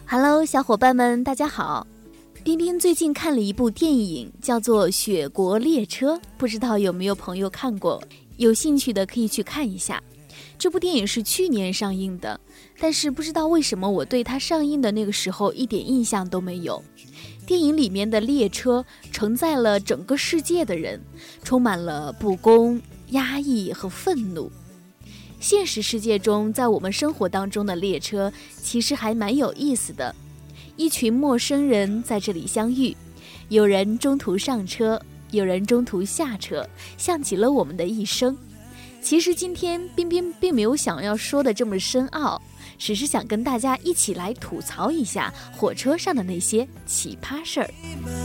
Hello， 小伙伴们，大家好。彬彬最近看了一部电影，叫做《雪国列车》，不知道有没有朋友看过？有兴趣的可以去看一下。这部电影是去年上映的，但是不知道为什么我对它上映的那个时候一点印象都没有。电影里面的列车承载了整个世界的人，充满了不公、压抑和愤怒。现实世界中，在我们生活当中的列车其实还蛮有意思的。一群陌生人在这里相遇，有人中途上车，有人中途下车，像极了我们的一生。其实今天彬彬并没有想要说的这么深奥，只是想跟大家一起来吐槽一下火车上的那些奇葩事儿。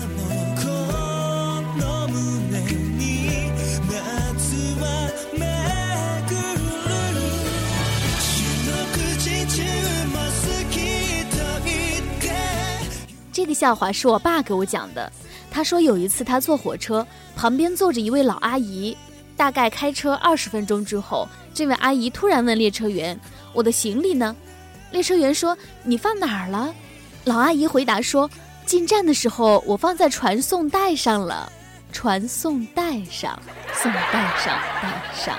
这个笑话是我爸给我讲的。他说有一次他坐火车，旁边坐着一位老阿姨，大概开车20分钟之后，这位阿姨突然问列车员：“我的行李呢？”列车员说：“你放哪儿了？”老阿姨回答说：“进站的时候我放在传送带上了。”传送带上，送带上，带上。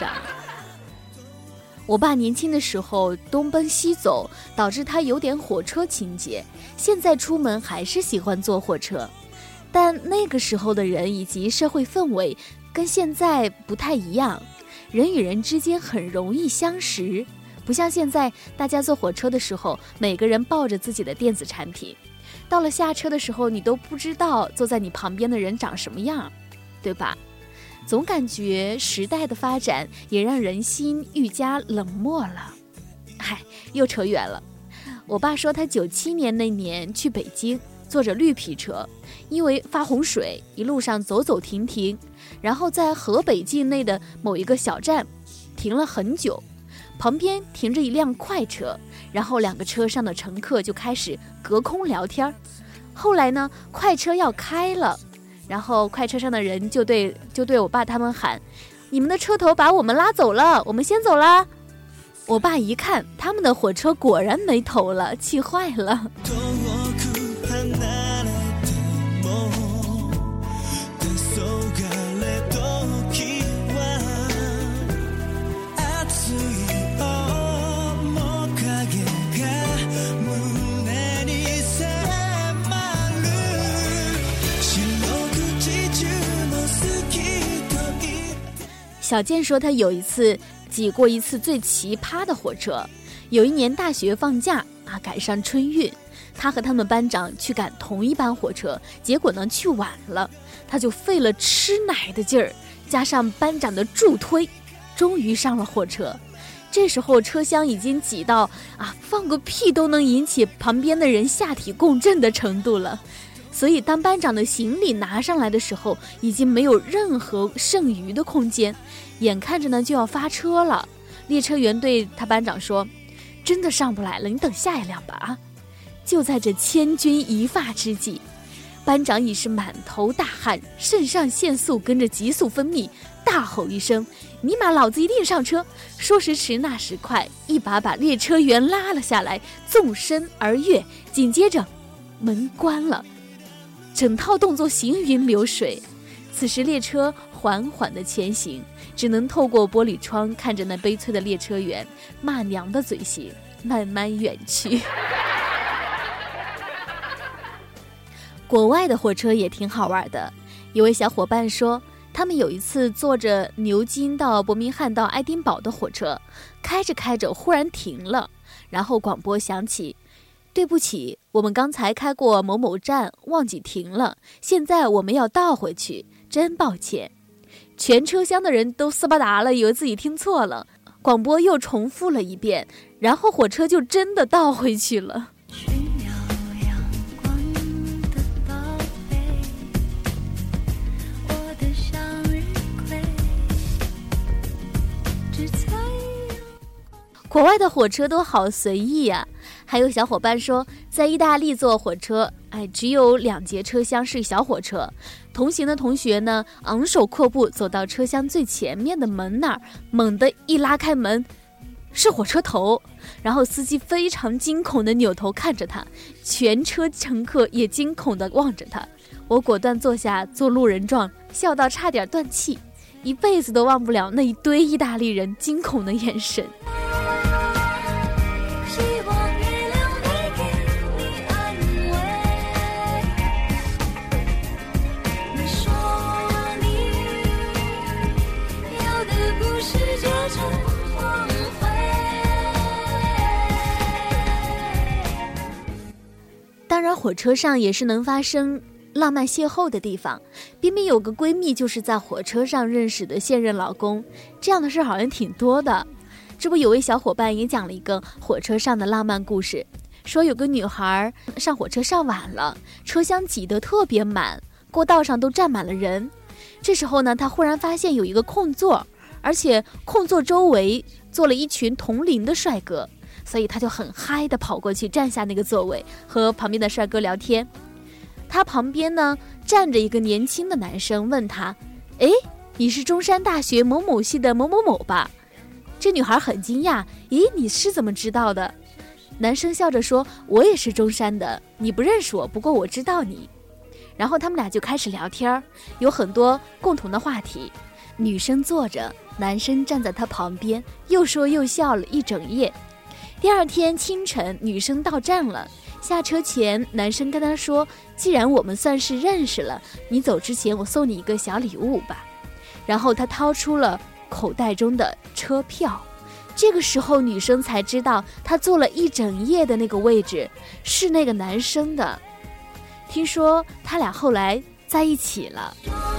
我爸年轻的时候东奔西走，导致他有点火车情节，现在出门还是喜欢坐火车。但那个时候的人以及社会氛围跟现在不太一样，人与人之间很容易相识，不像现在大家坐火车的时候，每个人抱着自己的电子产品，到了下车的时候，你都不知道坐在你旁边的人长什么样，对吧？总感觉时代的发展也让人心愈加冷漠了。又扯远了。我爸说他97年那年去北京，坐着绿皮车，因为发洪水，一路上走走停停，然后在河北境内的某一个小站停了很久，旁边停着一辆快车，然后2个车上的乘客就开始隔空聊天。后来呢，快车要开了，然后快车上的人就对我爸他们喊：“你们的车头把我们拉走了，我们先走啦。”我爸一看，他们的火车果然没头了，气坏了。小健说他有一次挤过一次最奇葩的火车。有一年大学放假赶上春运，他和他们班长去赶同一班火车，结果呢去晚了，他就费了吃奶的劲儿，加上班长的助推，终于上了火车。这时候车厢已经挤到放个屁都能引起旁边的人下体共振的程度了。所以当班长的行李拿上来的时候，已经没有任何剩余的空间，眼看着呢就要发车了。列车员对他班长说：“真的上不来了，你等下一辆吧。”就在这千钧一发之际，班长已是满头大汗，肾上腺素跟着急速分泌，大吼一声：“尼玛，老子一定上车！”说时迟那时快，一把列车员拉了下来，纵身而跃，紧接着门关了，整套动作行云流水。此时列车缓缓地前行，只能透过玻璃窗看着那悲催的列车员骂娘的嘴型慢慢远去。国外的火车也挺好玩的。有位小伙伴说，他们有一次坐着牛津到伯明翰到爱丁堡的火车，开着开着忽然停了，然后广播响起：“对不起，我们刚才开过某某站，忘记停了，现在我们要倒回去，真抱歉。”全车厢的人都斯巴达了，以为自己听错了，广播又重复了一遍，然后火车就真的倒回去了。国外的火车都好随意啊。还有小伙伴说，在意大利坐火车，只有2节车厢是小火车，同行的同学呢昂首阔步走到车厢最前面的门那儿，猛地一拉开门，是火车头， 然后司机非常惊恐地扭头看着他，全车乘客也惊恐地望着他。我果断坐下做路人状，笑到差点断气，一辈子都忘不了那一堆意大利人惊恐的眼神。当然火车上也是能发生浪漫邂逅的地方。冰冰有个闺蜜就是在火车上认识的现任老公，这样的事好像挺多的。这不有位小伙伴也讲了一个火车上的浪漫故事，说有个女孩上火车上晚了，车厢挤得特别满，过道上都站满了人。这时候呢，她忽然发现有一个空座，而且空座周围坐了一群同龄的帅哥，所以他就很嗨地跑过去占下那个座位，和旁边的帅哥聊天。他旁边呢站着一个年轻的男生，问他：诶，你是中山大学某某系的某某某吧？这女孩很惊讶，咦，你是怎么知道的？男生笑着说：我也是中山的，你不认识我，不过我知道你。然后他们俩就开始聊天，有很多共同的话题。女生坐着，男生站在她旁边，又说又笑了一整夜。第二天清晨，女生到站了，下车前男生跟她说：既然我们算是认识了，你走之前我送你一个小礼物吧。然后他掏出了口袋中的车票，这个时候女生才知道她坐了一整夜的那个位置是那个男生的。听说他俩后来在一起了。